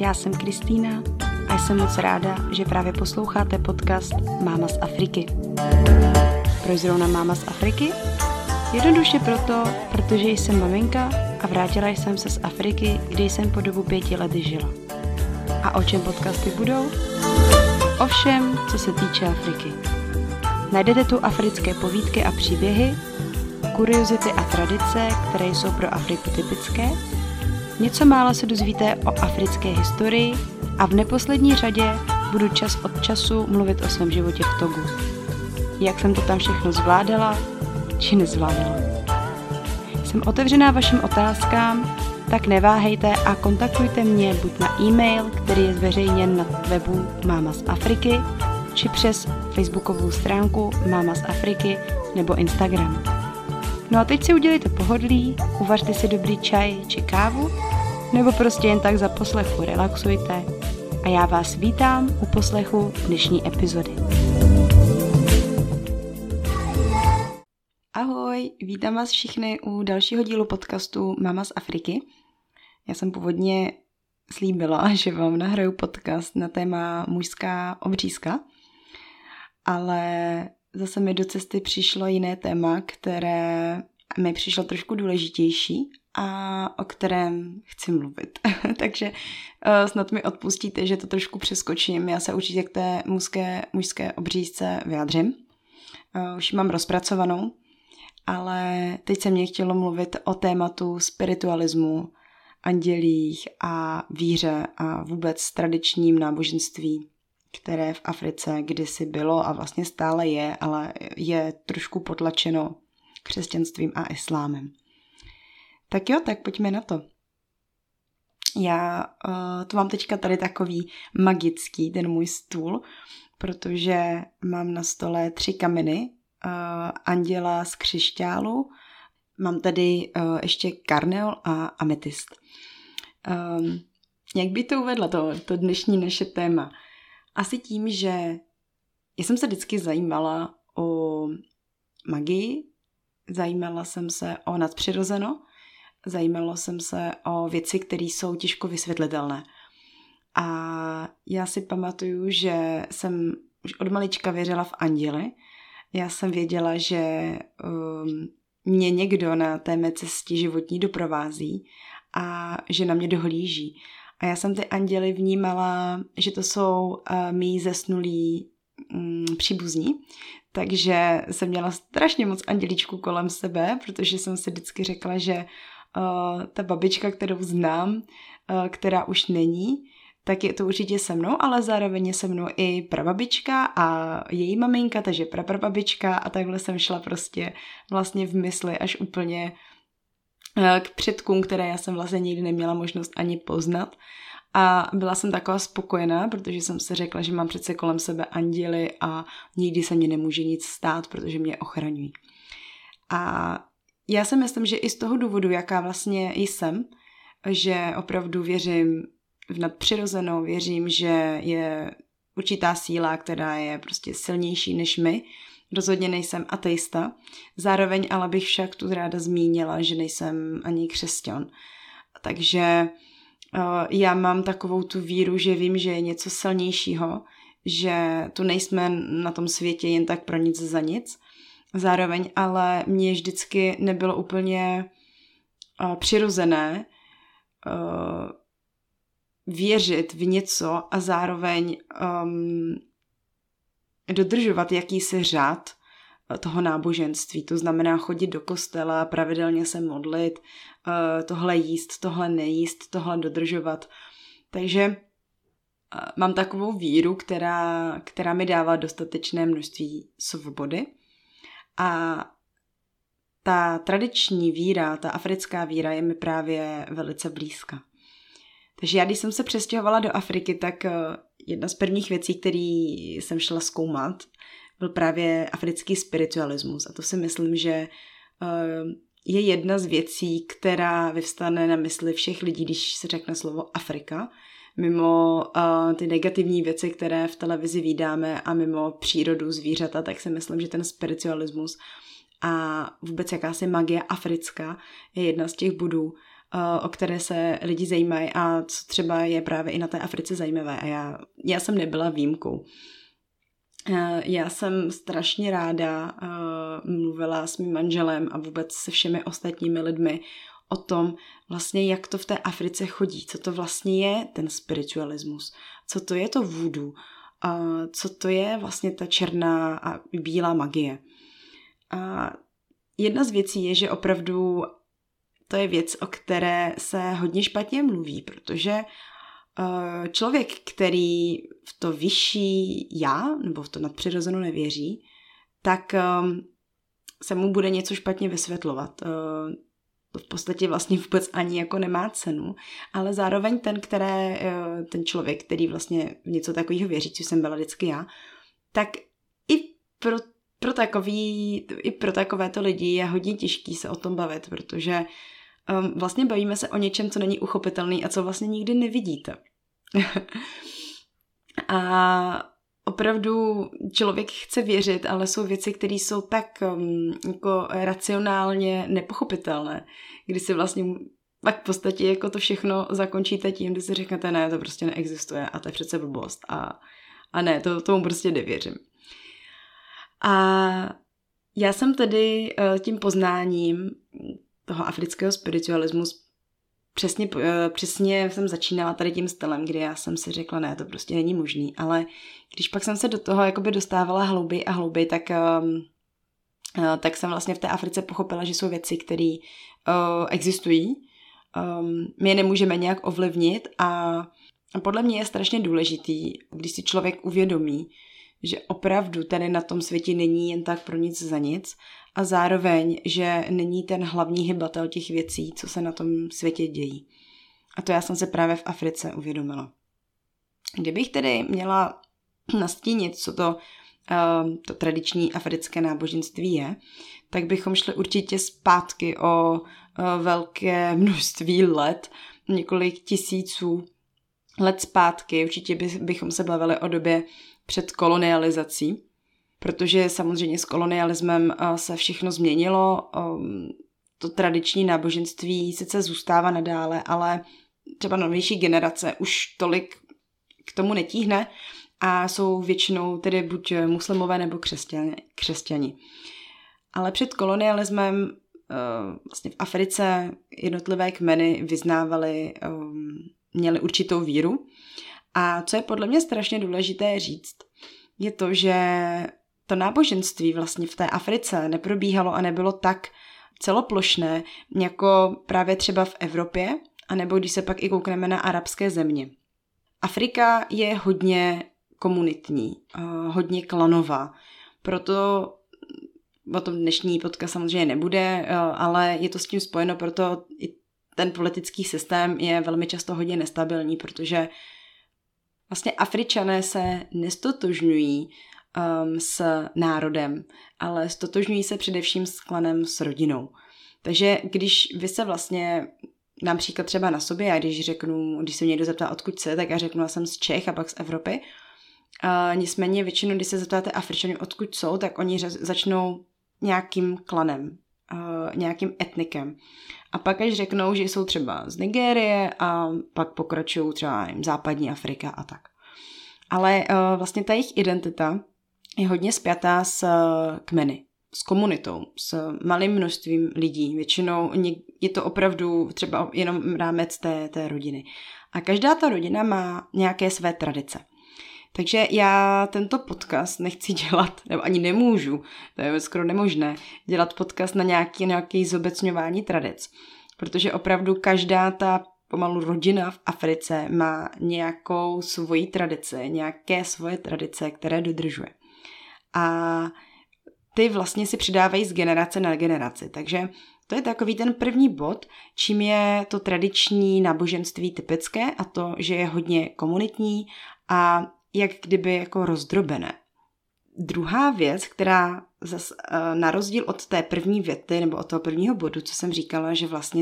Já jsem Kristýna a jsem moc ráda, že právě posloucháte podcast Máma z Afriky. Proč zrovna Máma z Afriky? Jednoduše proto, protože jsem maminka a vrátila jsem se z Afriky, kde jsem po dobu 5 let žila. A o čem podcasty budou? O všem, co se týče Afriky. Najdete tu africké povídky a příběhy, kuriozity a tradice, které jsou pro Afriku typické. Něco málo se dozvíte o africké historii a v neposlední řadě budu čas od času mluvit o svém životě v Togu. Jak jsem to tam všechno zvládala, či nezvládala. Jsem otevřená vašim otázkám, tak neváhejte a kontaktujte mě buď na e-mail, který je zveřejněn na webu Máma z Afriky, či přes facebookovou stránku Máma z Afriky nebo Instagram. No a teď si udělejte pohodlí, uvařte si dobrý čaj či kávu, nebo prostě jen tak za poslechu relaxujte a já vás vítám u poslechu dnešní epizody. Ahoj, vítám vás všichni u dalšího dílu podcastu Máma z Afriky. Já jsem původně slíbila, že vám nahraju podcast na téma mužská obřízka, ale zase mi do cesty přišlo jiné téma, které mi přišlo trošku důležitější a o kterém chci mluvit. Takže snad mi odpustíte, že to trošku přeskočím. Já se určitě k té mužské obřízce vyjádřím. Už ji mám rozpracovanou, ale teď se mě chtělo mluvit o tématu spiritualismu, andělích a víře a vůbec tradičním náboženství, které v Africe kdysi bylo a vlastně stále je, ale je trošku potlačeno křesťanstvím a islámem. Tak jo, tak pojďme na to. Já tu mám teďka tady takový magický, ten můj stůl, protože mám na stole 3 kameny, anděla z křišťálu, mám tady ještě karneol a ametyst. Jak by to uvedla, to dnešní naše téma? Asi tím, že já jsem se vždycky zajímala o magii, zajímala jsem se o nadpřirozeno, zajímala jsem se o věci, které jsou těžko vysvětlitelné. A já si pamatuju, že jsem už od malička věřila v anděly. Já jsem věděla, že mě někdo na té mé cestě životní doprovází a že na mě dohlíží. A já jsem ty anděly vnímala, že to jsou mý zesnulí příbuzní, takže jsem měla strašně moc andělíčků kolem sebe, protože jsem si vždycky řekla, že ta babička, kterou znám, která už není, tak je to určitě se mnou, ale zároveň je se mnou i prababička a její maminka, takže praprababička a takhle jsem šla prostě vlastně v mysli až úplně k předkům, které já jsem vlastně nikdy neměla možnost ani poznat. A byla jsem taková spokojená, protože jsem si řekla, že mám přece kolem sebe anděly a nikdy se mě nemůže nic stát, protože mě ochraňují. A já si myslím, že i z toho důvodu, jaká vlastně jsem, že opravdu věřím v nadpřirozenou, věřím, že je určitá síla, která je prostě silnější než my. Rozhodně nejsem ateista, zároveň ale bych však tu ráda zmínila, že nejsem ani křesťan. Takže já mám takovou tu víru, že vím, že je něco silnějšího, že tu nejsme na tom světě jen tak pro nic za nic. Zároveň ale mně vždycky nebylo úplně přirozené věřit v něco a zároveň dodržovat jakýsi řád toho náboženství. To znamená chodit do kostela, pravidelně se modlit, tohle jíst, tohle nejíst, tohle dodržovat. Takže mám takovou víru, která mi dává dostatečné množství svobody. A ta tradiční víra, ta africká víra je mi právě velice blízká. Takže já, když jsem se přestěhovala do Afriky, tak jedna z prvních věcí, které jsem šla zkoumat, byl právě africký spiritualismus. A to si myslím, že je jedna z věcí, která vyvstane na mysli všech lidí, když se řekne slovo Afrika. Mimo ty negativní věci, které v televizi vídáme a mimo přírodu, zvířata, tak si myslím, že ten spiritualismus a vůbec jakási magie africká je jedna z těch bodů, o které se lidi zajímají a co třeba je právě i na té Africe zajímavé. A já jsem nebyla výjimkou. Já jsem strašně ráda mluvila s mým manželem a vůbec se všemi ostatními lidmi o tom vlastně, jak to v té Africe chodí, co to vlastně je ten spiritualismus, co to je to voodoo, co to je vlastně ta černá a bílá magie. A jedna z věcí je, že opravdu to je věc, o které se hodně špatně mluví, protože člověk, který v to vyšší já, nebo v to nadpřirozeno nevěří, tak se mu bude něco špatně vysvětlovat. To v podstatě vlastně vůbec ani jako nemá cenu, ale zároveň ten člověk, který vlastně v něco takového věří, což jsem byla vždycky já, tak i pro takovéto lidi je hodně těžký se o tom bavit, protože vlastně bavíme se o něčem, co není uchopitelný a co vlastně nikdy nevidíte. A opravdu člověk chce věřit, ale jsou věci, které jsou tak jako racionálně nepochopitelné, kdy si vlastně pak v podstatě jako to všechno zakončíte tím, kdy si řeknete, ne, to prostě neexistuje a to je přece blbost a ne, tomu prostě nevěřím. A já jsem tedy tím poznáním toho afrického spiritualismu přesně jsem začínala tady tím stylem, kdy já jsem si řekla, ne, to prostě není možný, ale když pak jsem se do toho jakoby dostávala hlouběji a hlouběji, tak jsem vlastně v té Africe pochopila, že jsou věci, které existují, my je nemůžeme nějak ovlivnit a podle mě je strašně důležitý, když si člověk uvědomí, že opravdu tady na tom světě není jen tak pro nic za nic a zároveň, že není ten hlavní hybatel těch věcí, co se na tom světě dějí. A to já jsem se právě v Africe uvědomila. Kdybych tedy měla nastínit, co to tradiční africké náboženství je, tak bychom šli určitě zpátky o velké množství let, několik tisíců let zpátky. Určitě bychom se bavili o době před kolonializací, protože samozřejmě s kolonialismem se všechno změnilo. To tradiční náboženství sice zůstává nadále, ale třeba novější generace už tolik k tomu netíhne a jsou většinou tedy buď muslimové nebo křesťani. Ale před kolonialismem vlastně v Africe jednotlivé kmeny vyznávali, měli určitou víru. A co je podle mě strašně důležité říct, je to, že to náboženství vlastně v té Africe neprobíhalo a nebylo tak celoplošné, jako právě třeba v Evropě, anebo když se pak i koukneme na arabské země. Afrika je hodně komunitní, hodně klanová, proto o tom dnešní podcast samozřejmě nebude, ale je to s tím spojeno, proto i ten politický systém je velmi často hodně nestabilní, protože vlastně Afričané se nestotožňují s národem, ale stotožňují se především s klanem, s rodinou. Takže když vy se vlastně, například třeba na sobě, já když se mě někdo zeptá, odkud jsi, tak já řeknu, já jsem z Čech a pak z Evropy. Nicméně většinou, když se zeptáte Afričanů, odkud jsou, tak oni začnou nějakým klanem, nějakým etnikem. A pak až řeknou, že jsou třeba z Nigérie a pak pokračují třeba západní Afrika a tak. Ale vlastně ta jejich identita je hodně spjatá s kmeny, s komunitou, s malým množstvím lidí. Většinou je to opravdu třeba jenom rámec té rodiny. A každá ta rodina má nějaké své tradice. Takže já tento podcast nechci dělat, nebo ani nemůžu, to je skoro nemožné, dělat podcast na nějaký zobecňování tradic. Protože opravdu každá ta pomalu rodina v Africe má nějakou svoji tradici, nějaké svoje tradice, které dodržuje. A ty vlastně si přidávají z generace na generaci. Takže to je takový ten první bod, čím je to tradiční náboženství typické a to, že je hodně komunitní a jak kdyby jako rozdrobené. Druhá věc, která zas, na rozdíl od té první věty nebo od toho prvního bodu, co jsem říkala, že vlastně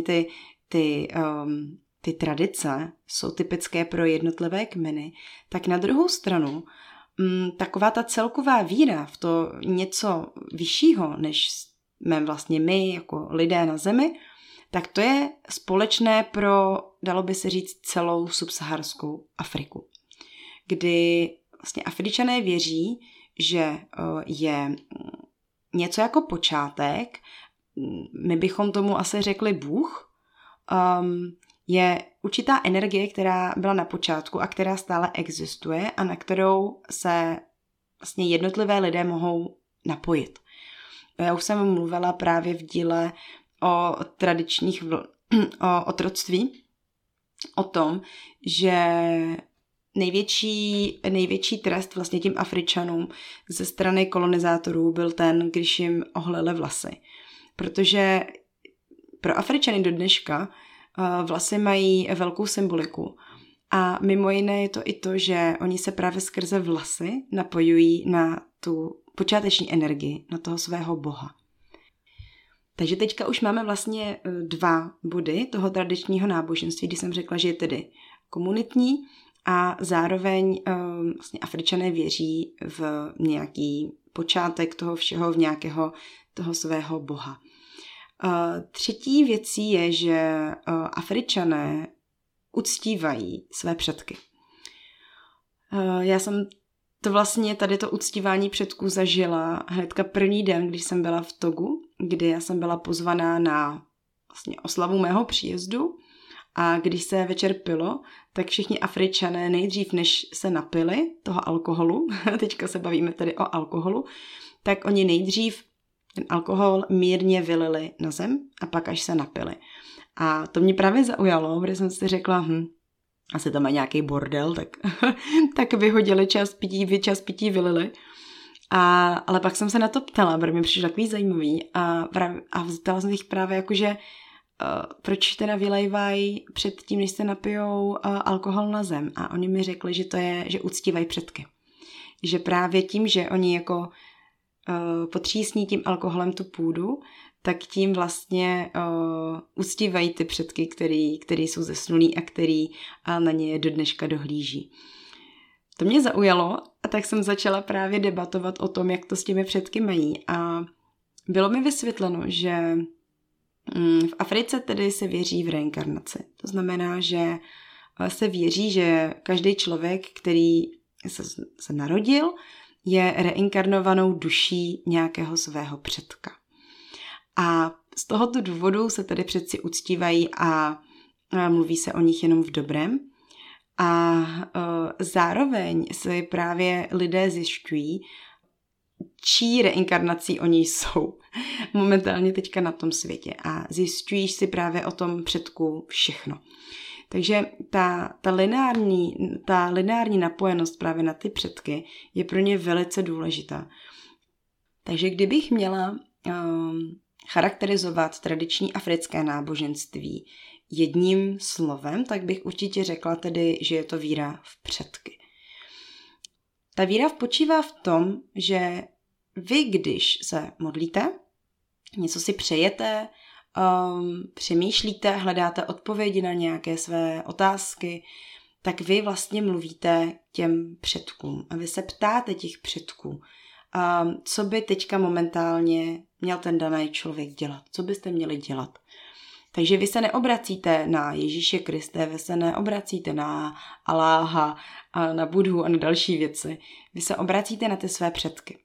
ty tradice jsou typické pro jednotlivé kmeny, tak na druhou stranu taková ta celková víra v to něco vyššího, než jsme vlastně my jako lidé na zemi, tak to je společné pro, dalo by se říct, celou subsaharskou Afriku, kdy vlastně Afričané věří, že je něco jako počátek, my bychom tomu asi řekli Bůh, je určitá energie, která byla na počátku a která stále existuje a na kterou se vlastně jednotlivé lidé mohou napojit. Já už jsem mluvila právě v díle o tradičních o otroctví, o tom, že největší trest vlastně tím Afričanům ze strany kolonizátorů byl ten, když jim oholili vlasy. Protože pro Afričany do dneška vlasy mají velkou symboliku. A mimo jiné je to i to, že oni se právě skrze vlasy napojují na tu počáteční energii, na toho svého boha. Takže teďka už máme vlastně 2 body toho tradičního náboženství, kdy jsem řekla, že je tedy komunitní a zároveň vlastně Afričané věří v nějaký počátek toho všeho, v nějakého toho svého boha. Třetí věcí je, že Afričané uctívají své předky. Já jsem to vlastně tady to uctívání předků zažila hnedka první den, když jsem byla v Togu, kdy já jsem byla pozvaná na vlastně oslavu mého příjezdu a když se večer pilo, tak všichni Afričané nejdřív, než se napili toho alkoholu, teďka se bavíme tedy o alkoholu, tak oni nejdřív ten alkohol mírně vylili na zem a pak až se napili. A to mě právě zaujalo, protože jsem si řekla, asi tam má nějaký bordel, tak vyhodili čas pití vylili. Ale pak jsem se na to ptala, protože mi přišlo takový zajímavý a zeptala jsem jich právě jakože proč teda vylejvají před tím, než se napijou alkohol na zem. A oni mi řekli, že to je, že uctívají předky. Že právě tím, že oni jako potřísní tím alkoholem tu půdu, tak tím vlastně uctívají ty předky, který jsou zesnulí a který na ně do dneška dohlíží. To mě zaujalo a tak jsem začala právě debatovat o tom, jak to s těmi předky mají. A bylo mi vysvětleno, že v Africe tedy se věří v reinkarnaci. To znamená, že se věří, že každý člověk, který se narodil, je reinkarnovanou duší nějakého svého předka. A z tohoto důvodu se tedy předci uctívají a mluví se o nich jenom v dobrém. A zároveň se právě lidé zjišťují, čí reinkarnací oni jsou momentálně teďka na tom světě. A zjišťují si právě o tom předku všechno. Takže ta lineární napojenost právě na ty předky je pro ně velice důležitá. Takže kdybych měla charakterizovat tradiční africké náboženství jedním slovem, tak bych určitě řekla tedy, že je to víra v předky. Ta víra spočívá v tom, že vy, když se modlíte, něco si přejete, přemýšlíte, hledáte odpovědi na nějaké své otázky, tak vy vlastně mluvíte těm předkům a vy se ptáte těch předků, co by teďka momentálně měl ten daný člověk dělat, co byste měli dělat. Takže vy se neobracíte na Ježíše Kriste, vy se neobracíte na Aláha, a na Budhu a na další věci. Vy se obracíte na ty své předky.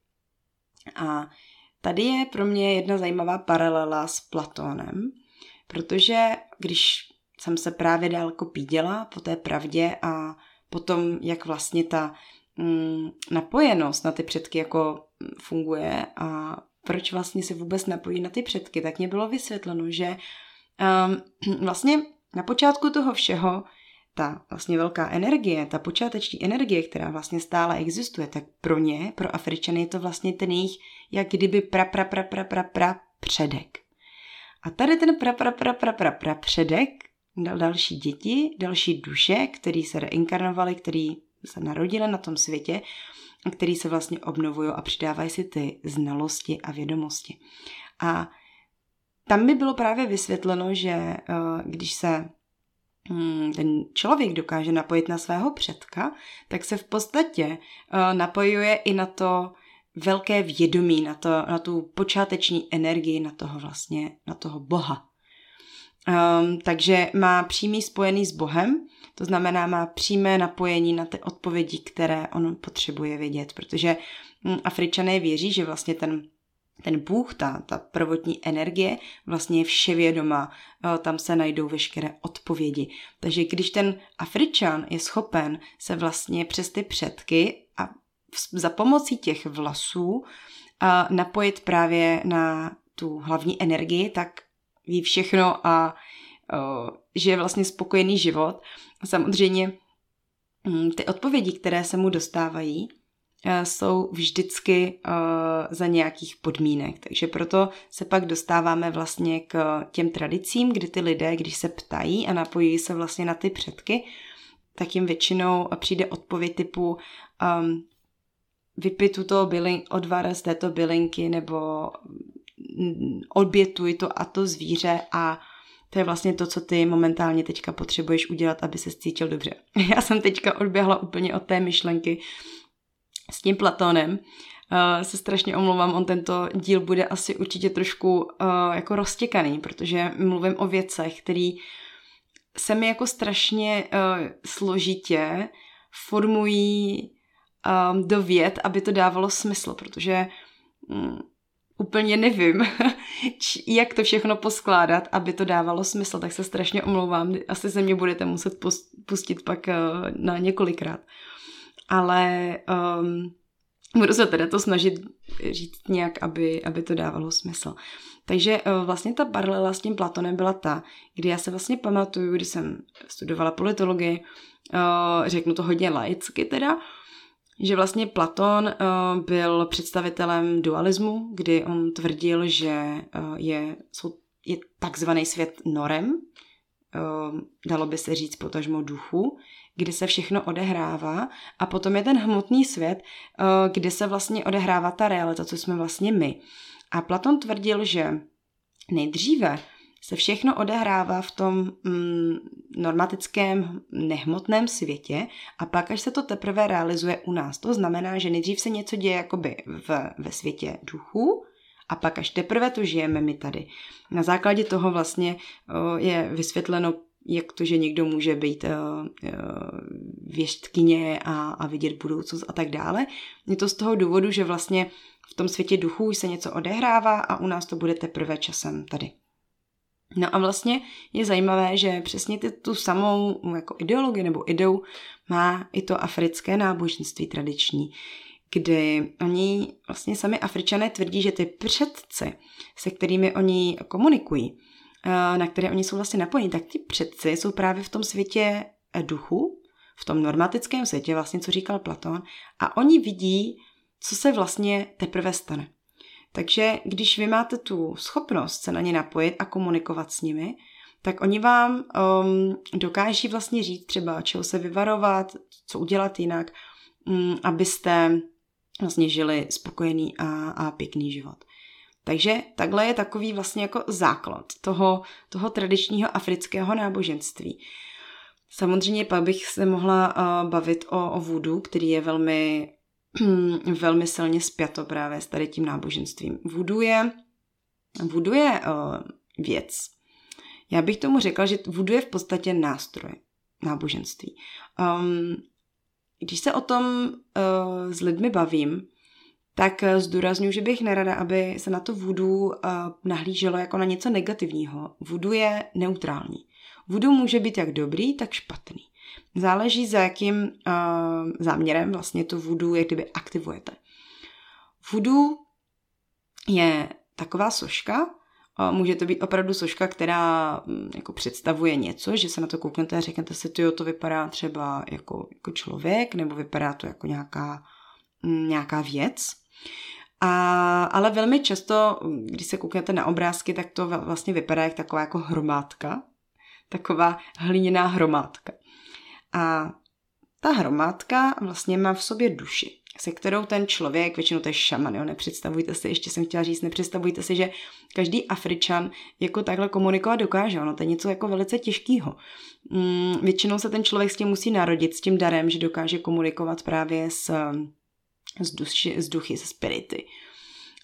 A tady je pro mě jedna zajímavá paralela s Platónem, protože když jsem se právě dál kopíděla po té pravdě a potom, jak vlastně ta napojenost na ty předky jako funguje a proč vlastně se vůbec napojí na ty předky, tak mě bylo vysvětleno, že vlastně na počátku toho všeho ta vlastně velká energie, ta počáteční energie, která vlastně stále existuje, tak pro Afričany je to vlastně ten jejich, jak kdyby předek. A tady ten předek dal další děti, další duše, který se reinkarnovali, který se narodili na tom světě a který se vlastně obnovují a přidávají si ty znalosti a vědomosti. A tam mi bylo právě vysvětleno, že když se ten člověk dokáže napojit na svého předka, tak se v podstatě napojuje i na to velké vědomí, na tu počáteční energii, na toho Boha. Takže má přímý spojený s Bohem, to znamená má přímé napojení na ty odpovědi, které on potřebuje vědět, protože Afričané věří, že vlastně ten Bůh, ta prvotní energie vlastně je vševědomá, tam se najdou veškeré odpovědi. Takže když ten Afričan je schopen se vlastně přes ty předky a za pomocí těch vlasů napojit právě na tu hlavní energii, tak ví všechno a žije vlastně spokojený život. Samozřejmě ty odpovědi, které se mu dostávají, jsou vždycky za nějakých podmínek. Takže proto se pak dostáváme vlastně k těm tradicím, kdy ty lidé, když se ptají a napojí se vlastně na ty předky, tak jim většinou přijde odpověď typu vypij tuto odvar z této bylinky nebo obětuj to a to zvíře a to je vlastně to, co ty momentálně teďka potřebuješ udělat, aby se cítil dobře. Já jsem teďka odběhla úplně od té myšlenky s tím Platónem. Se strašně omlouvám, on tento díl bude asi určitě trošku jako roztěkaný, protože mluvím o věcech, které se mi jako strašně složitě formují do vět, aby to dávalo smysl, protože úplně nevím, jak to všechno poskládat, aby to dávalo smysl, tak se strašně omlouvám. Asi se mě budete muset pustit pak na několikrát. Ale budu se teda to snažit říct nějak, aby to dávalo smysl. Takže vlastně ta paralela s tím Platonem byla ta, kdy já se vlastně pamatuju, když jsem studovala politologii, řeknu to hodně laicky teda, že vlastně Platon byl představitelem dualismu, kdy on tvrdil, že je takzvaný svět norem, dalo by se říct potažmo duchu, kde se všechno odehrává a potom je ten hmotný svět, kde se vlastně odehrává ta realita, co jsme vlastně my. A Platon tvrdil, že nejdříve se všechno odehrává v tom normatickém nehmotném světě a pak až se to teprve realizuje u nás. To znamená, že nejdřív se něco děje jakoby ve světě duchu a pak až teprve to žijeme my tady. Na základě toho vlastně je vysvětleno, jak to, že někdo může být věštkyně a vidět budoucnost a tak dále. Je to z toho důvodu, že vlastně v tom světě duchů se něco odehrává a u nás to bude teprve časem tady. No a vlastně je zajímavé, že přesně tu samou jako ideologii nebo ideu má i to africké náboženství tradiční, kdy oni vlastně sami Afričané tvrdí, že ty předci, se kterými oni komunikují, na které oni jsou vlastně napojeni, tak ty předci jsou právě v tom světě duchu, v tom normatickém světě, vlastně co říkal Platón, a oni vidí, co se vlastně teprve stane. Takže když vy máte tu schopnost se na ně napojit a komunikovat s nimi, tak oni vám dokáží vlastně říct třeba, čeho se vyvarovat, co udělat jinak, abyste vlastně žili spokojený a pěkný život. Takže takhle je takový vlastně jako základ toho tradičního afrického náboženství. Samozřejmě pak bych se mohla bavit o voodu, který je velmi silně spjato právě s tady tím náboženstvím. Voodoo je věc. Já bych tomu řekla, že voodoo je v podstatě nástroj náboženství. Když se o tom s lidmi bavím, tak zdůrazňuji, že bych nerada, aby se na to voodoo nahlíželo jako na něco negativního. Voodoo je neutrální. Voodoo může být jak dobrý, tak špatný. Záleží, za jakým záměrem vlastně to voodoo jak kdyby aktivujete. Voodoo je taková soška, může to být opravdu soška, která jako představuje něco, že se na to kouknete a řeknete si, to vypadá třeba jako člověk, nebo vypadá to jako nějaká věc. Ale velmi často, když se kouknete na obrázky, tak to vlastně vypadá jak taková jako hromádka, taková hliněná hromádka. A ta hromádka vlastně má v sobě duši, se kterou ten člověk, většinou to je šaman, jo, nepředstavujte si, ještě jsem chtěla říct, nepředstavujte si, že každý Afričan jako takhle komunikovat dokáže, ono to je něco jako velice těžkého. Většinou se ten člověk s tím musí narodit, s tím darem, že dokáže komunikovat právě s duchy, se spirity.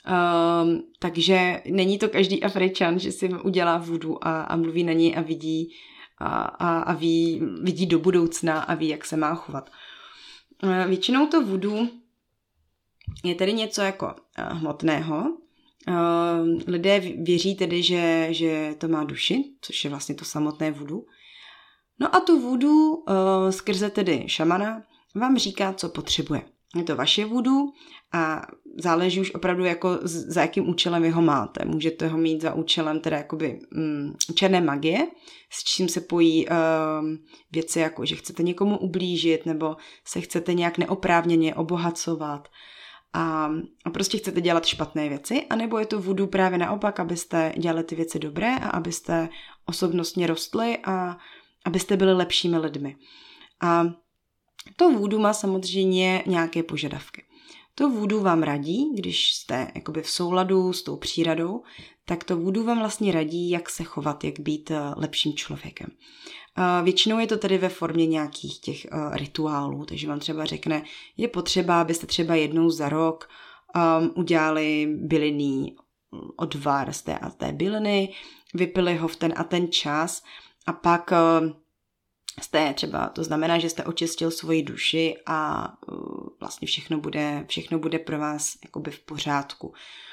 Takže není to každý Afričan, že si udělá voodoo a mluví na něj a vidí a vidí do budoucna a ví, jak se má chovat. Většinou to voodoo je tedy něco jako hmotného. Lidé věří tedy, že to má duši, což je vlastně to samotné voodoo. No a to voodoo skrze tedy šamana vám říká, co potřebuje. Je to vaše voodoo a záleží už opravdu jako za jakým účelem vy ho máte. Můžete ho mít za účelem teda jakoby černé magie, s čím se pojí věci jako, že chcete někomu ublížit nebo se chcete nějak neoprávněně obohacovat a prostě chcete dělat špatné věci, anebo je to voodoo právě naopak, abyste dělali ty věci dobré a abyste osobnostně rostli a abyste byli lepšími lidmi. A to voodoo má samozřejmě nějaké požadavky. To voodoo vám radí, když jste jakoby v souladu s tou přírodou, tak to voodoo vám vlastně radí, jak se chovat, jak být lepším člověkem. Většinou je to tedy ve formě nějakých těch rituálů, takže vám třeba řekne, je potřeba, abyste třeba jednou za rok udělali bylinný odvar z té a té byliny, vypili ho v ten a ten čas a pak jste třeba, to znamená, že jste očistil svoji duši a vlastně všechno bude pro vás jakoby v pořádku.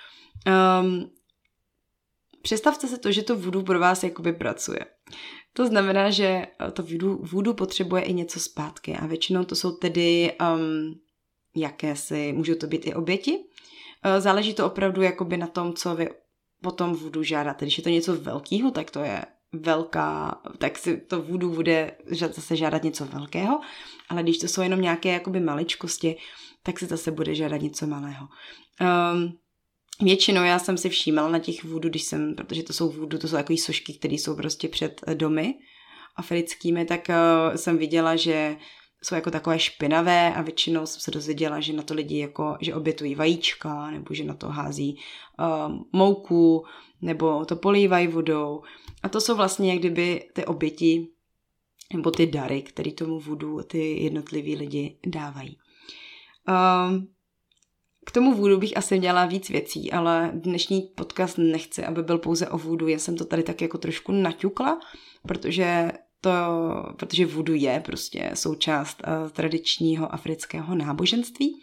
Představte si to, že to voodoo pro vás jakoby pracuje. To znamená, že to voodoo potřebuje i něco zpátky a většinou to jsou tedy můžou to být i oběti. Záleží to opravdu jakoby na tom, co vy potom voodoo žádáte. Když je to něco velkého, tak to je tak si to voodoo bude zase žádat něco velkého, ale když to jsou jenom nějaké jakoby maličkosti, tak si zase bude žádat něco malého. Většinou já jsem si všímala na těch voodoo, protože to jsou takové sošky, které jsou prostě před domy africkými, tak jsem viděla, že jsou jako takové špinavé a většinou jsem se dozvěděla, že na to lidi jako, že obětují vajíčka, nebo že na to hází mouku, nebo to polívají vodou. A to jsou vlastně jak kdyby ty oběti, nebo ty dary, které tomu voodoo ty jednotliví lidi dávají. K tomu voodoo bych asi měla víc věcí, ale dnešní podcast nechci, aby byl pouze o voodoo. Já jsem to tady tak jako trošku naťukla, protože voodoo je prostě součást tradičního afrického náboženství.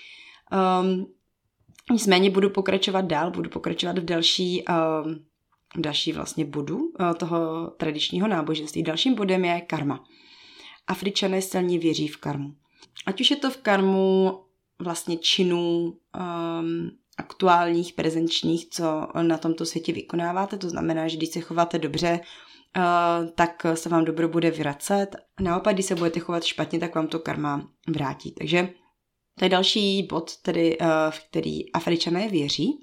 Nicméně budu pokračovat v další vlastně bodu toho tradičního náboženství. Dalším bodem je karma. Afričané silně věří v karmu. Ať už je to v karmu vlastně činů aktuálních, prezenčních, co na tomto světě vykonáváte. To znamená, že když se chováte dobře, tak se vám dobro bude vracet. Naopak, když se budete chovat špatně, tak vám to karma vrátí. Takže to je další bod, tedy, v který Afričané věří.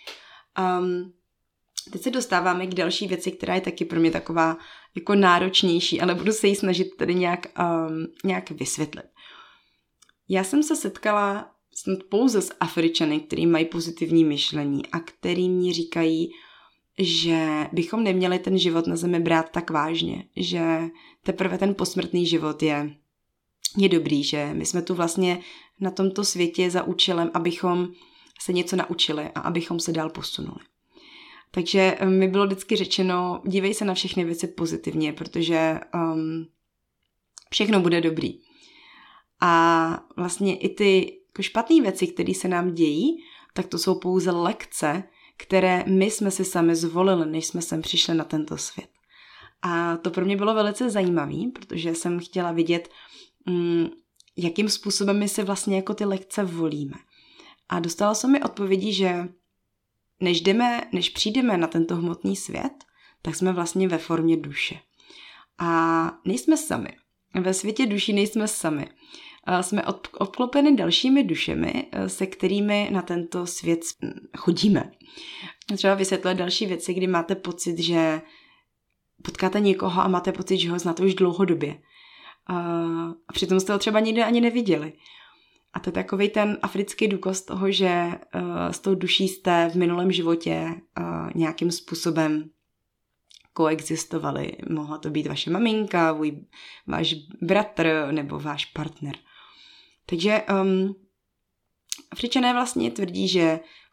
Teď se dostáváme k další věci, která je taky pro mě taková jako náročnější, ale budu se jí snažit tedy nějak vysvětlit. Já jsem se setkala pouze s Afričany, který mají pozitivní myšlení a který mi říkají, že bychom neměli ten život na zemi brát tak vážně, že teprve ten posmrtný život je dobrý, že my jsme tu vlastně na tomto světě za účelem, abychom se něco naučili a abychom se dál posunuli. Takže mi bylo vždycky řečeno, dívej se na všechny věci pozitivně, protože všechno bude dobrý. A vlastně i ty jako špatné věci, které se nám dějí, tak to jsou pouze lekce, které my jsme si sami zvolili, než jsme sem přišli na tento svět. A to pro mě bylo velice zajímavé, protože jsem chtěla vidět, jakým způsobem my si vlastně jako ty lekce volíme. A dostala jsem mi odpovědi, že než přijdeme na tento hmotný svět, tak jsme vlastně ve formě duše. A nejsme sami. Ve světě duší nejsme sami. Jsme obklopeni dalšími dušemi, se kterými na tento svět chodíme. Třeba vysvětlit další věci, kdy máte pocit, že potkáte někoho a máte pocit, že ho znáte už dlouhodobě. A přitom jste ho třeba nikdy ani neviděli. A to je takovej ten africký důkaz toho, že s tou duší jste v minulém životě nějakým způsobem koexistovali. Mohla to být vaše maminka, váš bratr nebo váš partner. Takže Afričané vlastně tvrdí, že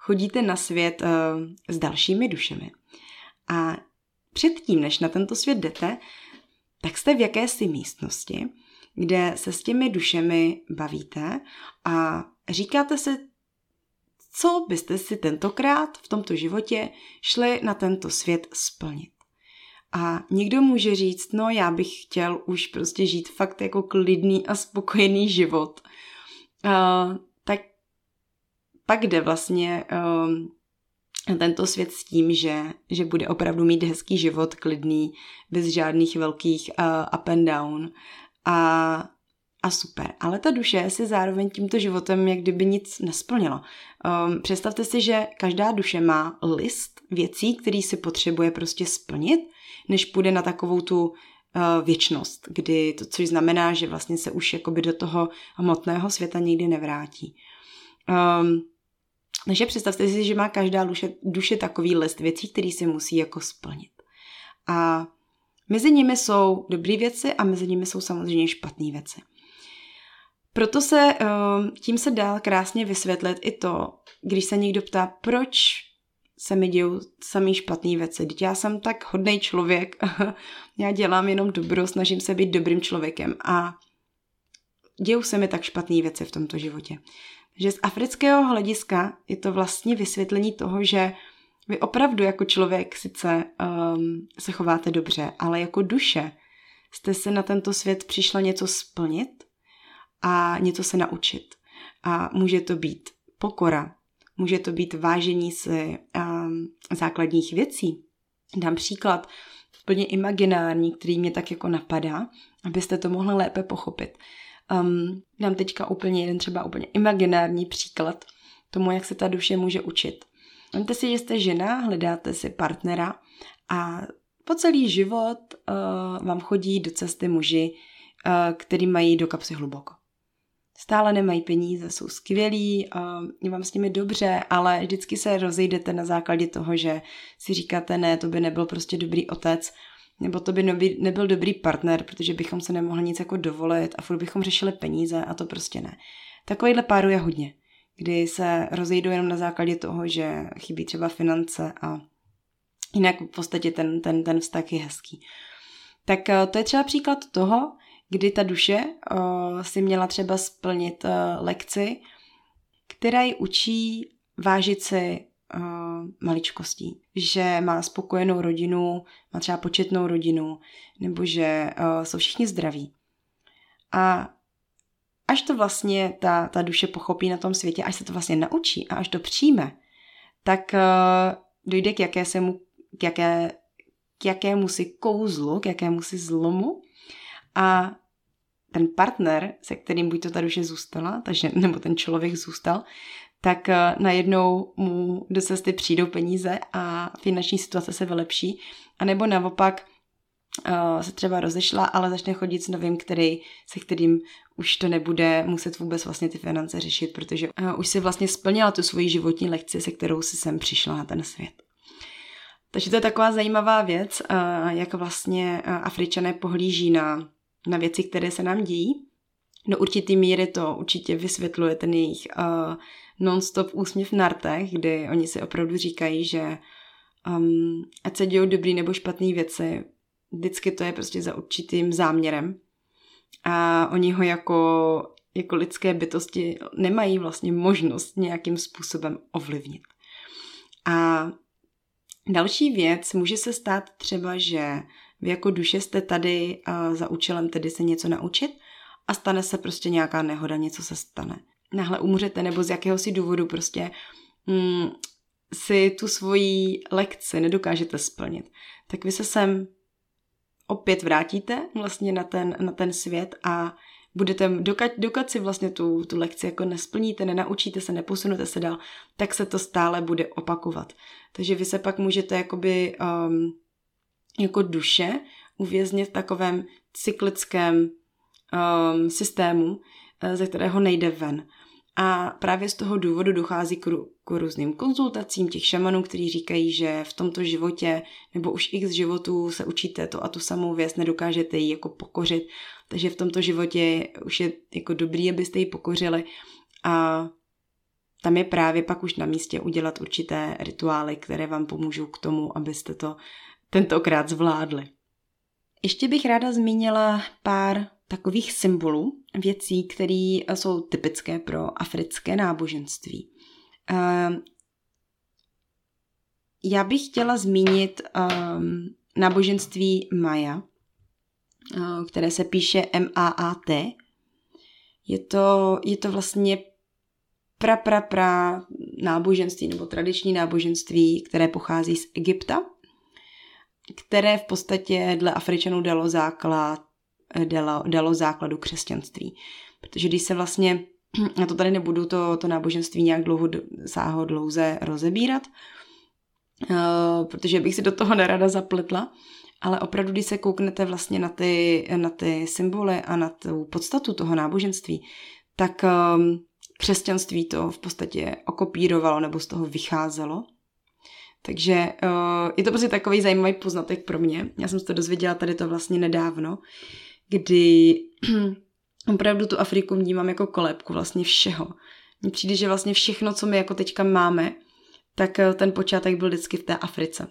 chodíte na svět s dalšími dušemi. A předtím, než na tento svět jdete, tak jste v jakési místnosti, kde se s těmi dušemi bavíte a říkáte si, co byste si tentokrát v tomto životě šli na tento svět splnit. A někdo může říct, no já bych chtěl už prostě žít fakt jako klidný a spokojený život. Tak pak jde vlastně na tento svět s tím, že bude opravdu mít hezký život, klidný, bez žádných velkých up and down a super. Ale ta duše si zároveň tímto životem jak kdyby nic nesplnila. Představte si, že každá duše má list věcí, který si potřebuje prostě splnit, než půjde na takovou tu věčnost, kdy to, což znamená, že vlastně se už jakoby do toho hmotného světa nikdy nevrátí. Takže představte si, že má každá duše takový list věcí, který si musí jako splnit. A mezi nimi jsou dobré věci a mezi nimi jsou samozřejmě špatné věci. Proto tím se dá krásně vysvětlit i to, když se někdo ptá, proč se mi dějou samý špatný věci. Vždyť já jsem tak hodnej člověk, já dělám jenom dobro, snažím se být dobrým člověkem a dějou se mi tak špatný věci v tomto životě. Takže z afrického hlediska je to vlastně vysvětlení toho, že vy opravdu jako člověk sice se chováte dobře, ale jako duše jste se na tento svět přišla něco splnit a něco se naučit. A může to být pokora, může to být vážení si základních věcí. Dám příklad úplně imaginární, který mě tak jako napadá, abyste to mohli lépe pochopit. Dám teďka třeba úplně imaginární příklad tomu, jak se ta duše může učit. Vemte si, že jste žena, hledáte si partnera a po celý život vám chodí do cesty muži, který mají do kapsy hluboko. Stále nemají peníze, jsou skvělí, je vám s nimi dobře, ale vždycky se rozejdete na základě toho, že si říkáte, ne, to by nebyl prostě dobrý otec, nebo to by nebyl dobrý partner, protože bychom se nemohli nic jako dovolit a furt bychom řešili peníze a to prostě ne. Takovýhle párů je hodně, kdy se rozejdou jenom na základě toho, že chybí třeba finance a jinak v podstatě ten vztah je hezký. Tak to je třeba příklad toho, kdy ta duše si měla třeba splnit lekci, která ji učí vážit si maličkostí. Že má spokojenou rodinu, má třeba početnou rodinu, nebo že jsou všichni zdraví. A až to vlastně ta duše pochopí na tom světě, až se to vlastně naučí a až to přijme, tak dojde k jakému si kouzlu, k jakému si zlomu a ten partner, se kterým buď to ta duše zůstala, nebo ten člověk zůstal, tak najednou mu do cesty přijdou peníze a finanční situace se vylepší, anebo naopak se třeba rozešla, ale začne chodit s novým, se kterým už to nebude muset vůbec vlastně ty finance řešit, protože už si vlastně splnila tu svoji životní lekci, se kterou si sem přišla na ten svět. Takže to je taková zajímavá věc, jak vlastně Afričané pohlíží na věci, které se nám dějí. Do určitý míry to určitě vysvětluje ten jejich non-stop úsměv na rtech, kdy oni si opravdu říkají, že ať se dějou dobrý nebo špatný věci, vždycky to je prostě za určitým záměrem. A oni ho jako lidské bytosti nemají vlastně možnost nějakým způsobem ovlivnit. A další věc může se stát třeba, že vy jako duše jste tady za účelem tedy se něco naučit a stane se prostě nějaká nehoda, něco se stane. Náhle umřete nebo z jakéhosi důvodu prostě si tu svoji lekci nedokážete splnit. Tak vy se sem opět vrátíte vlastně na ten svět a budete, dokud si vlastně tu lekci jako nesplníte, nenaučíte se, neposunete se dál, tak se to stále bude opakovat. Takže vy se pak můžete jakoby jako duše uvěznit v takovém cyklickém systému, ze kterého nejde ven. A právě z toho důvodu dochází k různým konzultacím těch šamanů, kteří říkají, že v tomto životě nebo už x životů se učíte to a tu samou věc, nedokážete ji jako pokořit, takže v tomto životě už je jako dobrý, abyste ji pokořili a tam je právě pak už na místě udělat určité rituály, které vám pomůžou k tomu, abyste to tentokrát zvládli. Ještě bych ráda zmínila pár takových symbolů, věcí, které jsou typické pro africké náboženství. Já bych chtěla zmínit náboženství Maya, které se píše M-A-A-T. Je to vlastně pra náboženství nebo tradiční náboženství, které pochází z Egypta, které v podstatě dle Afričanů dalo základu křesťanství. Protože když se vlastně, já to tady nebudu to náboženství nějak dlouze rozebírat, protože bych si do toho nerada zapletla, ale opravdu, když se kouknete vlastně na ty symboly a na tu podstatu toho náboženství, tak křesťanství to v podstatě okopírovalo nebo z toho vycházelo. Takže je to prostě takový zajímavý poznatek pro mě. Já jsem se to dozvěděla tady to vlastně nedávno, kdy opravdu tu Afriku vnímám jako kolébku vlastně všeho. Mně přijde, že vlastně všechno, co my jako teďka máme, tak ten počátek byl vždycky v té Africe.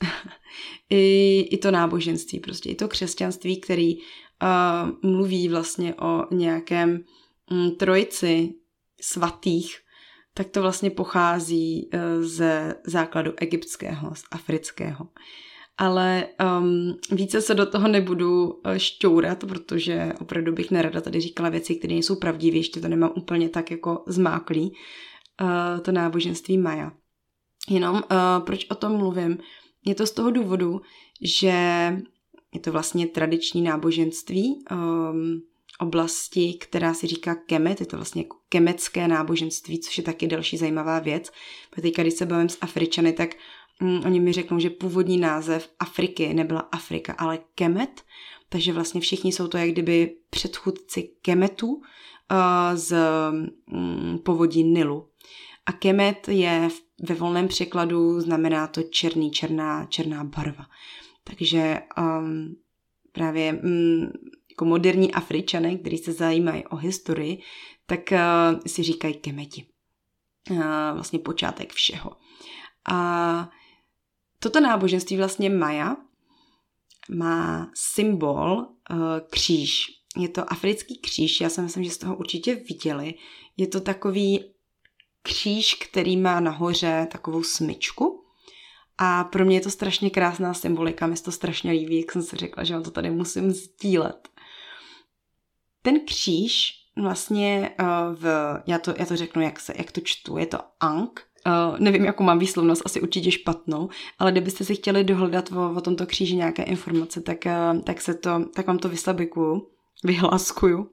I to náboženství, prostě i to křesťanství, který mluví vlastně o nějakém trojici svatých, tak to vlastně pochází ze základu egyptského, z afrického. Ale více se do toho nebudu šťourat, protože opravdu bych nerada tady říkala věci, které nejsou pravdivé, ještě to nemám úplně tak jako zmáklý, to náboženství Maya. Jenom proč o tom mluvím? Je to z toho důvodu, že je to vlastně tradiční náboženství oblasti, která si říká Kemet, je to vlastně jako kemetské náboženství, což je taky další zajímavá věc. Protože teďka, když se bavím s Afričany, tak oni mi řeknou, že původní název Afriky nebyla Afrika, ale Kemet, takže vlastně všichni jsou to jak kdyby předchůdci Kemetu z povodí Nilu. A Kemet je ve volném překladu, znamená to černá barva. Takže právě jako moderní Afričané, kteří se zajímají o historii, tak si říkají Kemeti. Vlastně počátek všeho. A toto náboženství vlastně Maya má symbol kříž. Je to africký kříž, já si myslím, že jste ho určitě viděli. Je to takový kříž, který má nahoře takovou smyčku. A pro mě je to strašně krásná symbolika, mi se to strašně líbí, jak jsem si řekla, že vám to tady musím sdílet. Ten kříž vlastně já to řeknu, jak to čtu, je to Ankh. Nevím, jakou mám výslovnost, asi určitě špatnou, ale kdybyste si chtěli dohledat o tomto kříži nějaké informace, tak vám to vyhláskuju.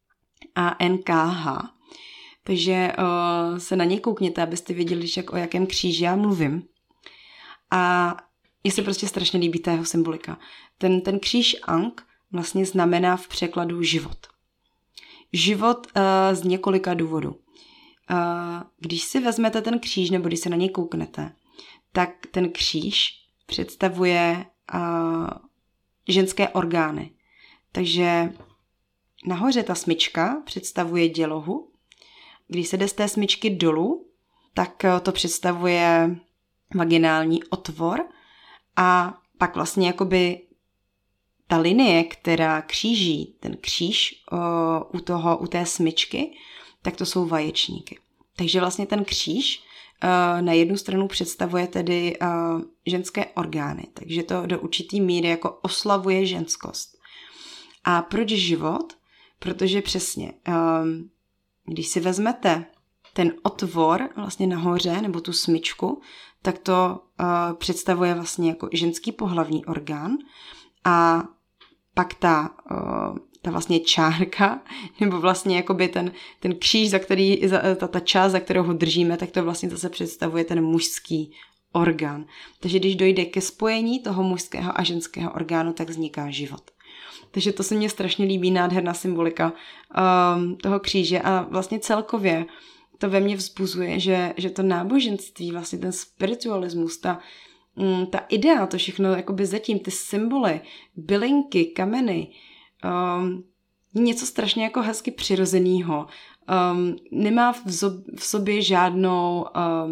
ANKH. Takže se na něj koukněte, abyste věděli, o jakém kříži já mluvím. A mně se prostě strašně líbí ta jeho symbolika. Ten kříž Ankh vlastně znamená v překladu život. Život z několika důvodů. Když si vezmete ten kříž, nebo když se na něj kouknete, tak ten kříž představuje ženské orgány. Takže nahoře ta smyčka představuje dělohu. Když se jde z té smyčky dolů, tak to představuje vaginální otvor a pak vlastně jakoby ta linie, která kříží ten kříž u té smyčky, tak to jsou vaječníky. Takže vlastně ten kříž na jednu stranu představuje tedy ženské orgány, takže to do určitý míry jako oslavuje ženskost. A proč život? Protože přesně, když si vezmete ten otvor vlastně nahoře, nebo tu smyčku, tak to představuje vlastně jako ženský pohlavní orgán a pak ta vlastně čárka, nebo vlastně jakoby ten kříž, ta část, za kterou ho držíme, tak to vlastně zase představuje ten mužský orgán. Takže když dojde ke spojení toho mužského a ženského orgánu, tak vzniká život. Takže to se mně strašně líbí, nádherná symbolika toho kříže a vlastně celkově to ve mně vzbuzuje, že to náboženství, vlastně ten spiritualismus, ta idea, to všechno jakoby zatím, ty symboly, bylinky, kameny, něco strašně jako hezky přirozeného. nemá v sobě žádnou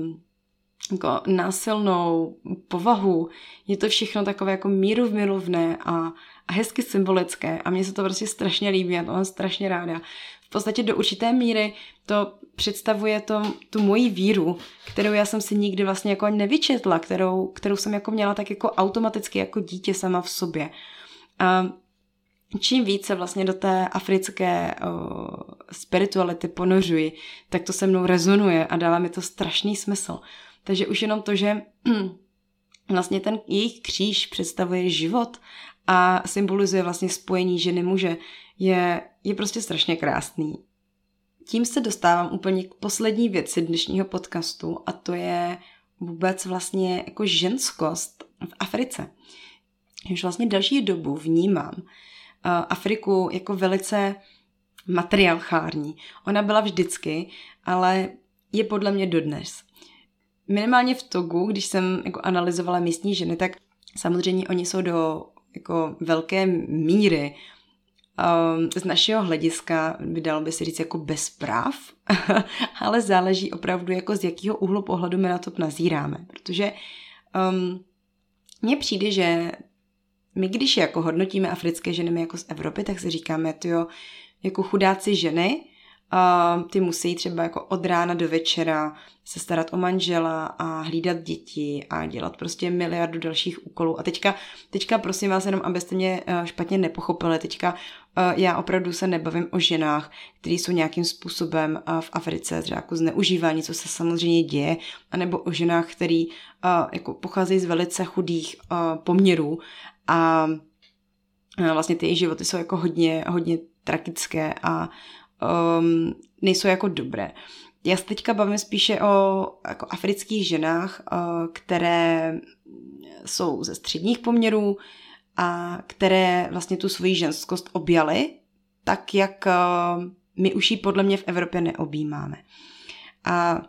jako násilnou povahu. Je to všechno takové jako mírumilovné a hezky symbolické a mně se to prostě strašně líbí, já to mám strašně ráda. V podstatě do určité míry to představuje tu moji víru, kterou já jsem si nikdy vlastně jako nevyčetla, kterou jsem jako měla tak jako automaticky jako dítě sama v sobě. A čím více vlastně do té africké spirituality ponořuji, tak to se mnou rezonuje a dává mi to strašný smysl. Takže už jenom to, že vlastně ten jejich kříž představuje život a symbolizuje vlastně spojení ženy muže, je prostě strašně krásný. Tím se dostávám úplně k poslední věci dnešního podcastu a to je vůbec vlastně jako ženskost v Africe. Už vlastně další dobu vnímám Afriku jako velice matriarchální. Ona byla vždycky, ale je podle mě dodnes. Minimálně v Togu, když jsem jako analyzovala místní ženy, tak samozřejmě oni jsou do jako velké míry z našeho hlediska, vydalo by se říct jako bez práv, ale záleží opravdu jako z jakého úhlu pohledu my na to nazíráme, protože mně přijde, že my když jako hodnotíme africké ženy jako z Evropy, tak si říkáme, tyjo, jako chudáci ženy, ty musí třeba jako od rána do večera se starat o manžela a hlídat děti a dělat prostě miliardu dalších úkolů. A teďka prosím vás jenom, abyste mě špatně nepochopili, teďka já opravdu se nebavím o ženách, které jsou nějakým způsobem v Africe třeba jako zneužívání, co se samozřejmě děje, anebo o ženách, které jako pocházejí z velice chudých poměrů a vlastně ty jejich životy jsou jako hodně tragické a nejsou jako dobré. Já se teďka bavím spíše o jako afrických ženách, které jsou ze středních poměrů a které vlastně tu svoji ženskost objaly, tak jak my už ji podle mě v Evropě neobjímáme. A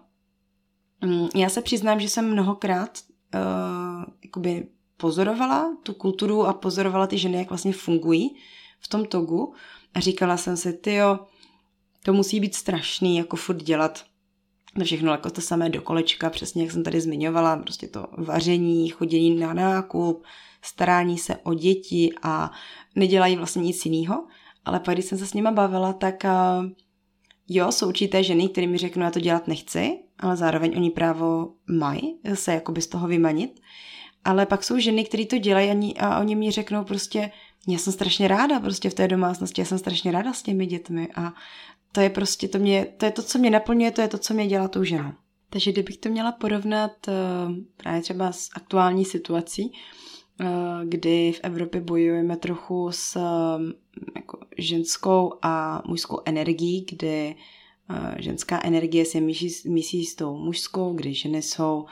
já se přiznám, že jsem mnohokrát jakoby pozorovala tu kulturu a pozorovala ty ženy, jak vlastně fungují v tom Togu a říkala jsem si, tyjo, to musí být strašný, jako furt dělat to všechno jako to samé do kolečka, přesně jak jsem tady zmiňovala, prostě to vaření, chodění na nákup, starání se o děti a nedělají vlastně nic jiného. Ale pak, když jsem se s nima bavila, tak jo, jsou určité ženy, které mi řeknou, já to dělat nechci, ale zároveň oni právo mají se jakoby z toho vymanit. Ale pak jsou ženy, které to dělají a oni mi řeknou prostě, já jsem strašně ráda prostě v té domácnosti, já jsem strašně ráda s těmi dětmi a to je prostě, to je to, co mě naplňuje, to je to, co mě dělá tou ženou. Takže kdybych to měla porovnat právě třeba s aktuální situací, kdy v Evropě bojujeme trochu s jako ženskou a mužskou energií, kdy ženská energie se mísí s tou mužskou, kdy ženy jsou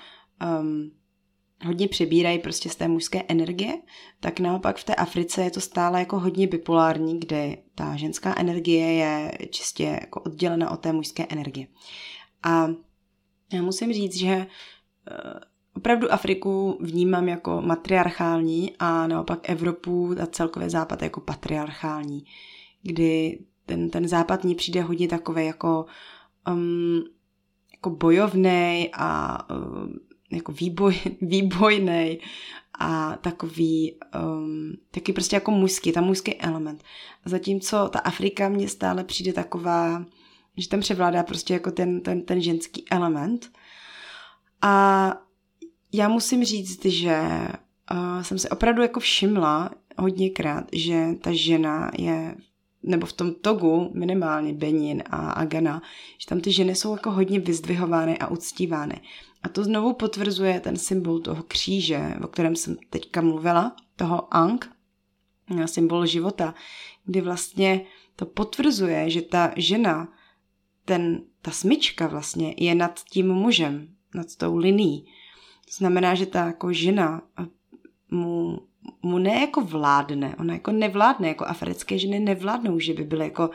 hodně přebírají prostě z té mužské energie, tak naopak v té Africe je to stále jako hodně bipolární, kde ta ženská energie je čistě jako oddělena od té mužské energie. A já musím říct, že opravdu Afriku vnímám jako matriarchální a naopak Evropu a celkově Západ jako patriarchální, kdy ten Západ mně přijde hodně takovej jako bojovnej a jako výbojnej a takový prostě jako mužský, tam mužský element. Zatímco ta Afrika mně stále přijde taková, že tam převládá prostě jako ten ženský element. A já musím říct, že jsem si opravdu jako všimla hodněkrát, že ta žena je, nebo v tom Togu minimálně Benin a Ghana, že tam ty ženy jsou jako hodně vyzdvihovány a uctívány. A to znovu potvrzuje ten symbol toho kříže, o kterém jsem teďka mluvila, toho Ankh, symbol života, kdy vlastně to potvrzuje, že ta žena, ta smyčka vlastně je nad tím mužem, nad tou linií. To znamená, že ta jako žena mu ne jako vládne, ona jako nevládne, jako africké ženy nevládnou, že by byly jako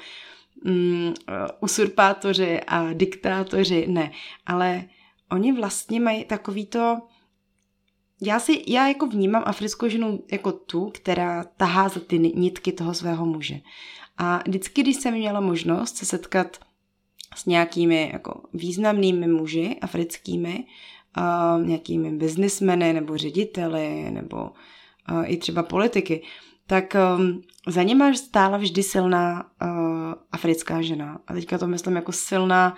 usurpátoři a diktátoři, ne, ale oni vlastně mají takový to, já jako vnímám africkou ženu jako tu, která tahá za ty nitky toho svého muže. A vždycky, když jsem měla možnost se setkat s nějakými jako významnými muži africkými, nějakými biznismeny nebo řediteli nebo i třeba politiky, tak za nima stála vždy silná africká žena. A teďka to myslím jako silná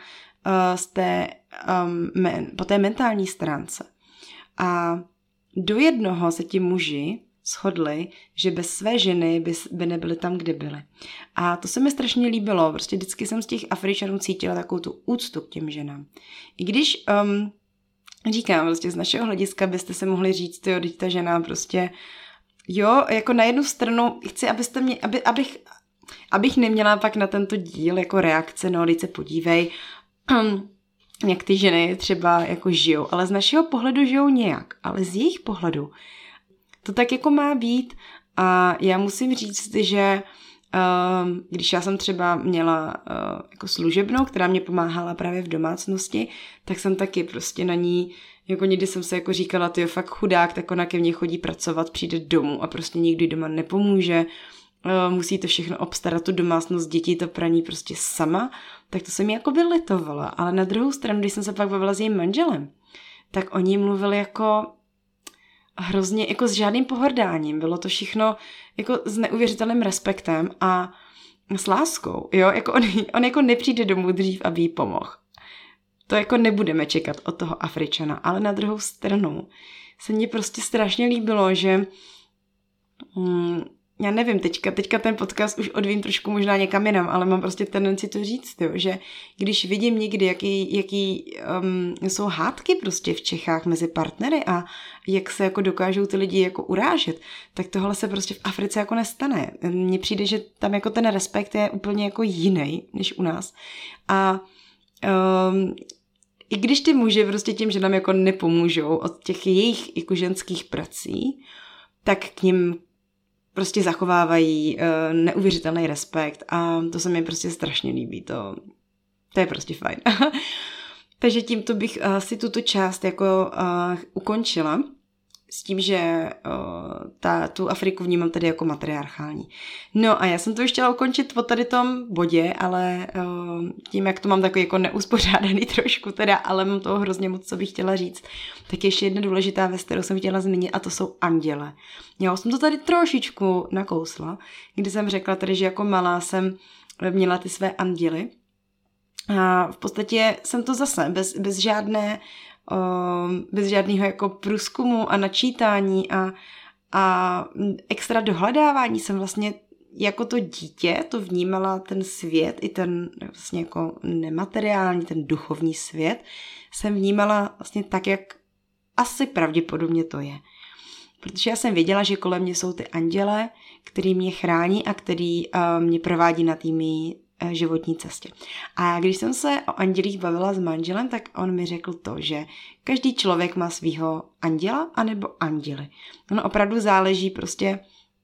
po té mentální stránce. A do jednoho se ti muži shodli, že bez své ženy by nebyli tam, kde byli. A to se mi strašně líbilo. Prostě vždycky jsem z těch Afričanů cítila takovou tu úctu k těm ženám. I když říkám, prostě z našeho hlediska byste se mohli říct, jo, teď ta žena prostě, jo, jako na jednu stranu chci, abyste mě, abych neměla pak na tento díl jako reakce, no, teď se podívej, jak ty ženy třeba jako žijou, ale z našeho pohledu žijou nějak, ale z jejich pohledu to tak jako má být a já musím říct, že když já jsem třeba měla jako služebnou, která mě pomáhala právě v domácnosti, tak jsem taky prostě na ní, jako někdy jsem se jako říkala, ty je fakt chudák, tak ona ke mně chodí pracovat, přijde domů a prostě nikdy doma nepomůže, musí to všechno obstarat, tu domácnost, děti, to praní prostě sama, tak to jsem jako vylitovala. Ale na druhou stranu, když jsem se pak bavila s jejím manželem, tak oni mluvili jako hrozně, jako s žádným pohrdáním. Bylo to všechno jako s neuvěřitelným respektem a s láskou, jo, jako on jako nepřijde domů dřív, aby jí pomohl. To jako nebudeme čekat od toho Afričana, ale na druhou stranu se mně prostě strašně líbilo, že já nevím, teďka ten podcast už odvím trošku možná někam jinam, ale mám prostě tendenci to říct, jo, že když vidím někdy, jaký jsou hádky prostě v Čechách mezi partnery a jak se jako dokážou ty lidi jako urážet, tak tohle se prostě v Africe jako nestane. Mně přijde, že tam jako ten respekt je úplně jako jiný než u nás. A i když ty muži prostě těm ženám jako nepomůžou od těch jejich jako ženských prací, tak k nim prostě zachovávají neuvěřitelný respekt a to se mi prostě strašně líbí, to je prostě fajn. Takže tímto bych si tuto část jako ukončila s tím, že tu Afriku vnímám tady jako matriarchální. No a já jsem to ještě chtěla ukončit po tady tom bodě, ale tím, jak to mám takový jako neuspořádaný trošku teda, ale mám toho hrozně moc, co bych chtěla říct, tak ještě jedna důležitá věc, kterou jsem chtěla zmínit a to jsou anděle. Já jsem to tady trošičku nakousla, kdy jsem řekla tady, že jako malá jsem měla ty své anděly a v podstatě jsem to zase bez žádného jako průzkumu a načítání a extra dohledávání jsem vlastně jako to dítě to vnímala ten svět i ten vlastně jako nemateriální, ten duchovní svět jsem vnímala vlastně tak, jak asi pravděpodobně to je. Protože já jsem věděla, že kolem mě jsou ty anděle, který mě chrání a který mě provádí na té životní cestě. A když jsem se o andělích bavila s manželem, tak on mi řekl to, že každý člověk má svýho anděla anebo anděly. Ono opravdu záleží prostě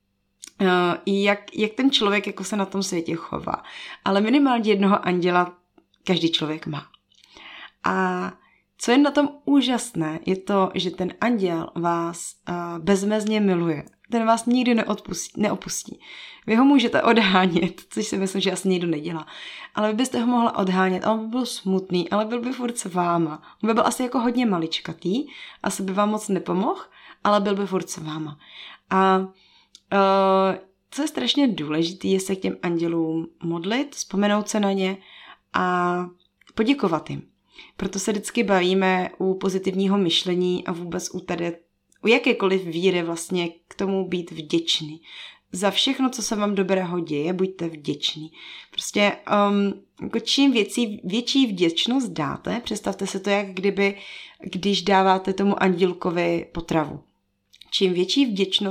jak ten člověk jako se na tom světě chová. Ale minimálně jednoho anděla každý člověk má. A co je na tom úžasné, je to, že ten anděl vás bezmezně miluje. Ten vás nikdy neopustí. Vy ho můžete odhánět, což si myslím, že asi nikdo nedělá. Ale vy byste ho mohla odhánět a on by byl smutný, ale byl by furt s váma. On by byl asi jako hodně maličkatý, asi by vám moc nepomohl, ale byl by furt s váma. A co je strašně důležité, je se k těm andělům modlit, vzpomenout se na ně a poděkovat jim. Proto se vždycky bavíme u pozitivního myšlení a vůbec u jakékoliv víry vlastně k tomu být vděčný. Za všechno, co se vám dobrého děje, buďte vděční. Prostě jako čím větší vděčnost dáte, představte si to, jak když dáváte tomu andělkovi potravu. Čím větší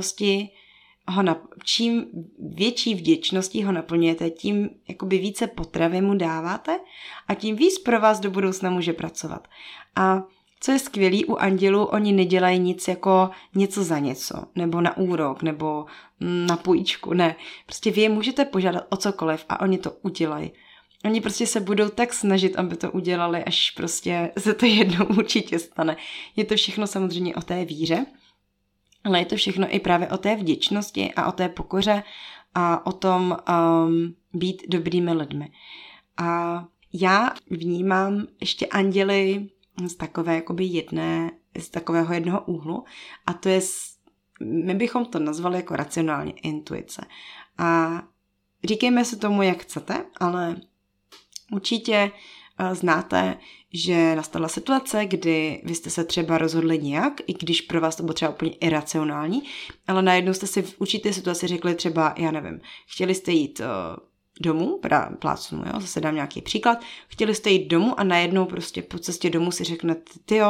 vděčností ho naplňujete, tím jakoby více potravy mu dáváte a tím víc pro vás do budoucna může pracovat. A co je skvělý u andělů, oni nedělají nic jako něco za něco, nebo na úrok, nebo na půjčku, ne. Prostě vy je můžete požádat o cokoliv a oni to udělají. Oni prostě se budou tak snažit, aby to udělali, až prostě se to jednou určitě stane. Je to všechno samozřejmě o té víře, ale je to všechno i právě o té vděčnosti a o té pokoře a o tom být dobrými lidmi. A Já vnímám ještě anděly z takového jednoho úhlu a to je, my bychom to nazvali jako racionálně intuice. A říkejme si tomu, jak chcete, ale určitě znáte, že nastala situace, kdy vy jste se třeba rozhodli nějak, i když pro vás to bylo třeba úplně iracionální, ale najednou jste si v určité situaci řekli třeba, já nevím, chtěli jste jít domů, plácnu, jo, zase dám nějaký příklad, chtěli jste jít domů a najednou prostě po cestě domů si řeknete,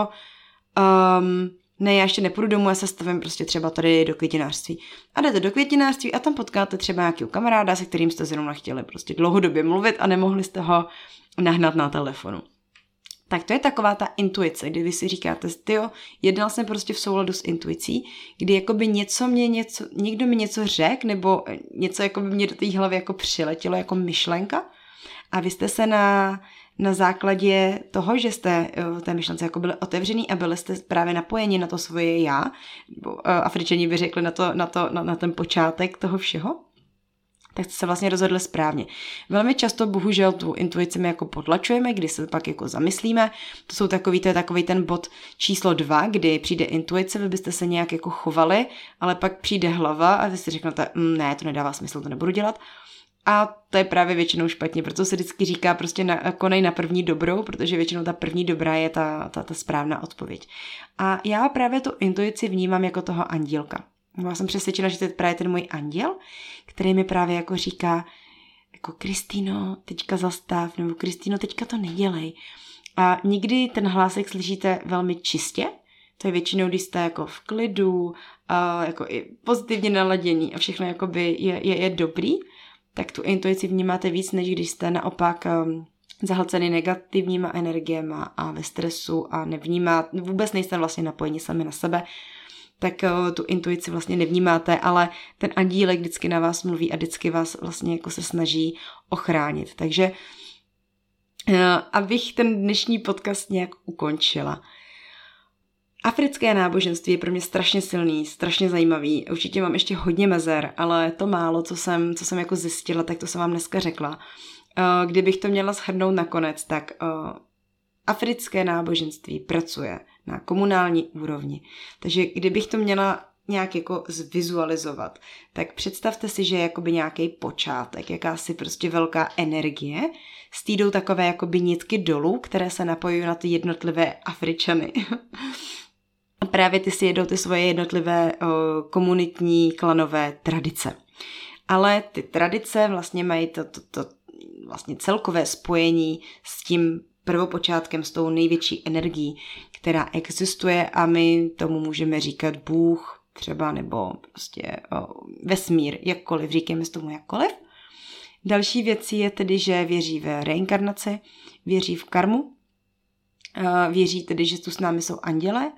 ne, já ještě nepůjdu domů, já se stavím prostě třeba tady do květinářství. A jdete do květinářství a tam potkáte třeba nějakého kamaráda, se kterým jste zrovna chtěli prostě dlouhodobě mluvit a nemohli jste ho nahnat na telefonu. Tak to je taková ta intuice, kdy vy si říkáte, jednal jsem prostě v souladu s intuicí, kdy jakoby někdo mi něco řekl, nebo něco jakoby mě do té hlavy jako přiletělo jako myšlenka a vy jste se na základě toho, že jste té myšlence jako byli otevřený a byli jste právě napojeni na to svoje já, Afričani by řekli na ten počátek toho všeho, tak jste se vlastně rozhodli správně. Velmi často, bohužel, tu intuici my jako potlačujeme, kdy se pak jako zamyslíme. To je takový ten bod číslo 2, kdy přijde intuice, vy byste se nějak jako chovali, ale pak přijde hlava a vy si řeknete, ne, to nedává smysl, to nebudu dělat. A to je právě většinou špatně, proto se vždycky říká prostě konej na první dobrou, protože většinou ta první dobrá je ta správná odpověď. A já právě tu intuici vnímám jako toho andílka. Já jsem přesvědčena, že to je právě ten můj anděl, který mi právě jako říká, jako Kristýno, teďka zastav, nebo Kristýno, teďka to nedělej. A někdy ten hlásek slyšíte velmi čistě, to je většinou, když jste jako v klidu, jako i pozitivně naladění a všechno jakoby je dobrý, tak tu intuici vnímáte víc, než když jste naopak zahlcený negativníma energiema a ve stresu a vůbec nejste vlastně napojeni sami na sebe, tak tu intuici vlastně nevnímáte, ale ten andílek vždycky na vás mluví a vždycky vás vlastně jako se snaží ochránit. Takže abych ten dnešní podcast nějak ukončila. Africké náboženství je pro mě strašně silný, strašně zajímavý. Určitě mám ještě hodně mezer, ale to málo, co jsem jako zjistila, tak to jsem vám dneska řekla. Kdybych to měla shrnout nakonec, tak africké náboženství pracuje na komunální úrovni. Takže kdybych to měla nějak jako zvizualizovat, tak představte si, že je jakoby nějaký počátek, jakási prostě velká energie, jdou takové jakoby nitky dolů, které se napojují na ty jednotlivé Afričany. A právě ty si jedou ty svoje jednotlivé komunitní klanové tradice. Ale ty tradice vlastně mají to vlastně celkové spojení s tím prvopočátkem, s tou největší energií, která existuje a my tomu můžeme říkat Bůh třeba nebo prostě vesmír, jakkoliv, říkáme s tomu jakkoliv. Další věcí je tedy, že věří ve reinkarnaci, věří v karmu, věří tedy, že tu s námi jsou anděle,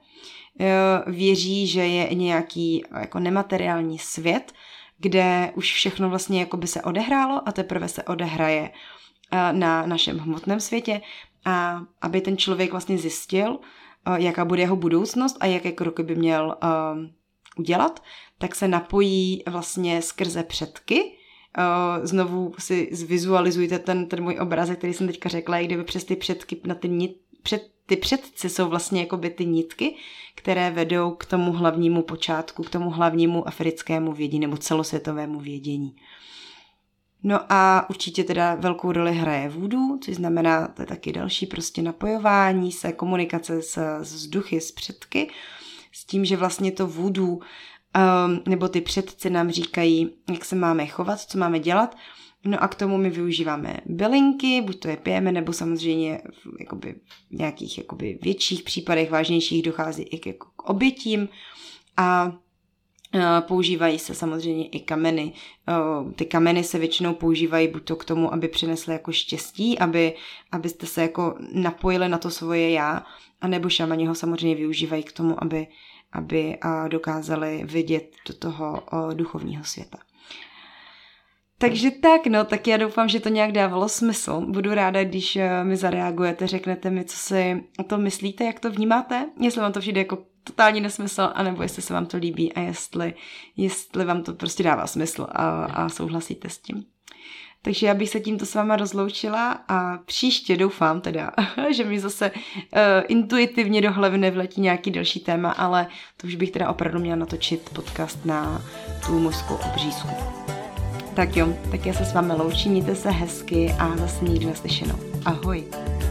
věří, že je nějaký jako nemateriální svět, kde už všechno vlastně jako by se odehrálo a teprve se odehraje na našem hmotném světě a aby ten člověk vlastně zjistil, jaká bude jeho budoucnost a jaké kroky by měl udělat, tak se napojí vlastně skrze předky. Znovu si zvizualizujte ten můj obrázek, který jsem teďka řekla, kdyby přes ty předky na ty předci jsou vlastně jakoby ty nitky, které vedou k tomu hlavnímu počátku, k tomu hlavnímu africkému vědění nebo celosvětovému vědění. No a určitě teda velkou roli hraje voodoo, což znamená, to je taky další prostě napojování se, komunikace s duchy, s předky, s tím, že vlastně to voodoo nebo ty předci nám říkají, jak se máme chovat, co máme dělat. No a k tomu my využíváme bylinky, buď to je pijeme, nebo samozřejmě v nějakých větších případech, vážnějších dochází i k obětím a používají se samozřejmě i kameny. Ty kameny se většinou používají buď to k tomu, aby přinesly jako štěstí, abyste se jako napojili na to svoje já, anebo šamani ho samozřejmě využívají k tomu, aby dokázali vidět do toho duchovního světa. Takže tak já doufám, že to nějak dávalo smysl. Budu ráda, když mi zareagujete, řeknete mi, co si o tom myslíte, jak to vnímáte, jestli vám to přijde jako totální nesmysl, anebo jestli se vám to líbí a jestli vám to prostě dává smysl a souhlasíte s tím. Takže já bych se tímto s váma rozloučila a příště doufám teda, že mi zase intuitivně do hlavy nevletí nějaký další téma, ale to už bych teda opravdu měla natočit podcast na tu mužskou obřízku. Tak jo, tak já se s vámi loučím, mějte se hezky a zase někdy naslyšenou. Ahoj.